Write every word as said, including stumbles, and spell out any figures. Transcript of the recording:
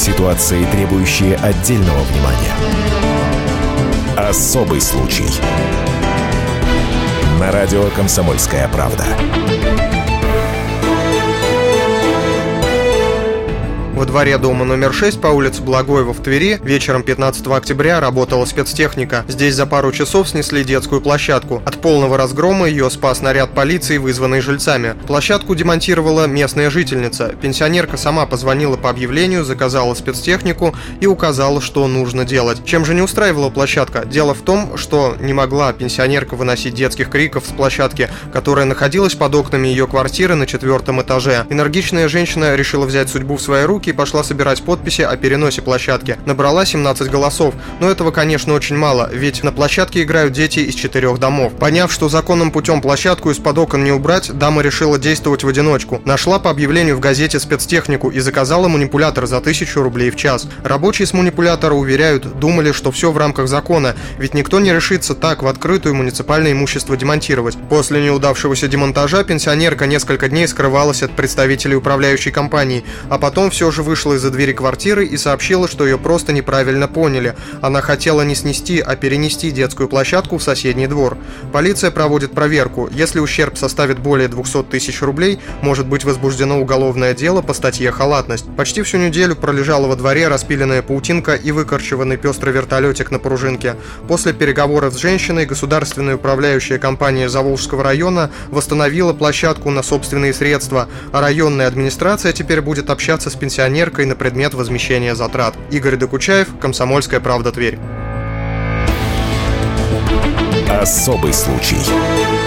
Ситуации, требующие отдельного внимания. Особый случай. На радио «Комсомольская правда». Во дворе дома номер шесть по улице Благоева в Твери вечером пятнадцатого октября работала спецтехника. Здесь за пару часов снесли детскую площадку. От полного разгрома ее спас наряд полиции, вызванный жильцами. Площадку демонтировала местная жительница. Пенсионерка сама позвонила по объявлению, заказала спецтехнику и указала, что нужно делать. Чем же не устраивала площадка? Дело в том, что не могла пенсионерка выносить детских криков с площадки, которая находилась под окнами ее квартиры на четвертом этаже. Энергичная женщина решила взять судьбу в свои руки и пошла собирать подписи о переносе площадки. Набрала семнадцать голосов, но этого, конечно, очень мало, ведь на площадке играют дети из четырех домов. Поняв, что законным путем площадку из-под окон не убрать, дама решила действовать в одиночку. Нашла по объявлению в газете спецтехнику и заказала манипулятор за тысячу рублей в час. Рабочие с манипулятора уверяют, думали, что все в рамках закона, ведь никто не решится так в открытую муниципальное имущество демонтировать. После неудавшегося демонтажа пенсионерка несколько дней скрывалась от представителей управляющей компании, а потом все же вышла из-за двери квартиры и сообщила, что ее просто неправильно поняли. Она хотела не снести, а перенести детскую площадку в соседний двор. Полиция проводит проверку. Если ущерб составит более двести тысяч рублей, может быть возбуждено уголовное дело по статье «Халатность». Почти всю неделю пролежала во дворе распиленная паутинка и выкорчеванный пестрый вертолетик на пружинке. После переговоров с женщиной государственная управляющая компания Заволжского района восстановила площадку на собственные средства, а районная администрация теперь будет общаться с пенсионерами на предмет возмещения затрат. Игорь Докучаев, «Комсомольская правда», Тверь. Особый случай.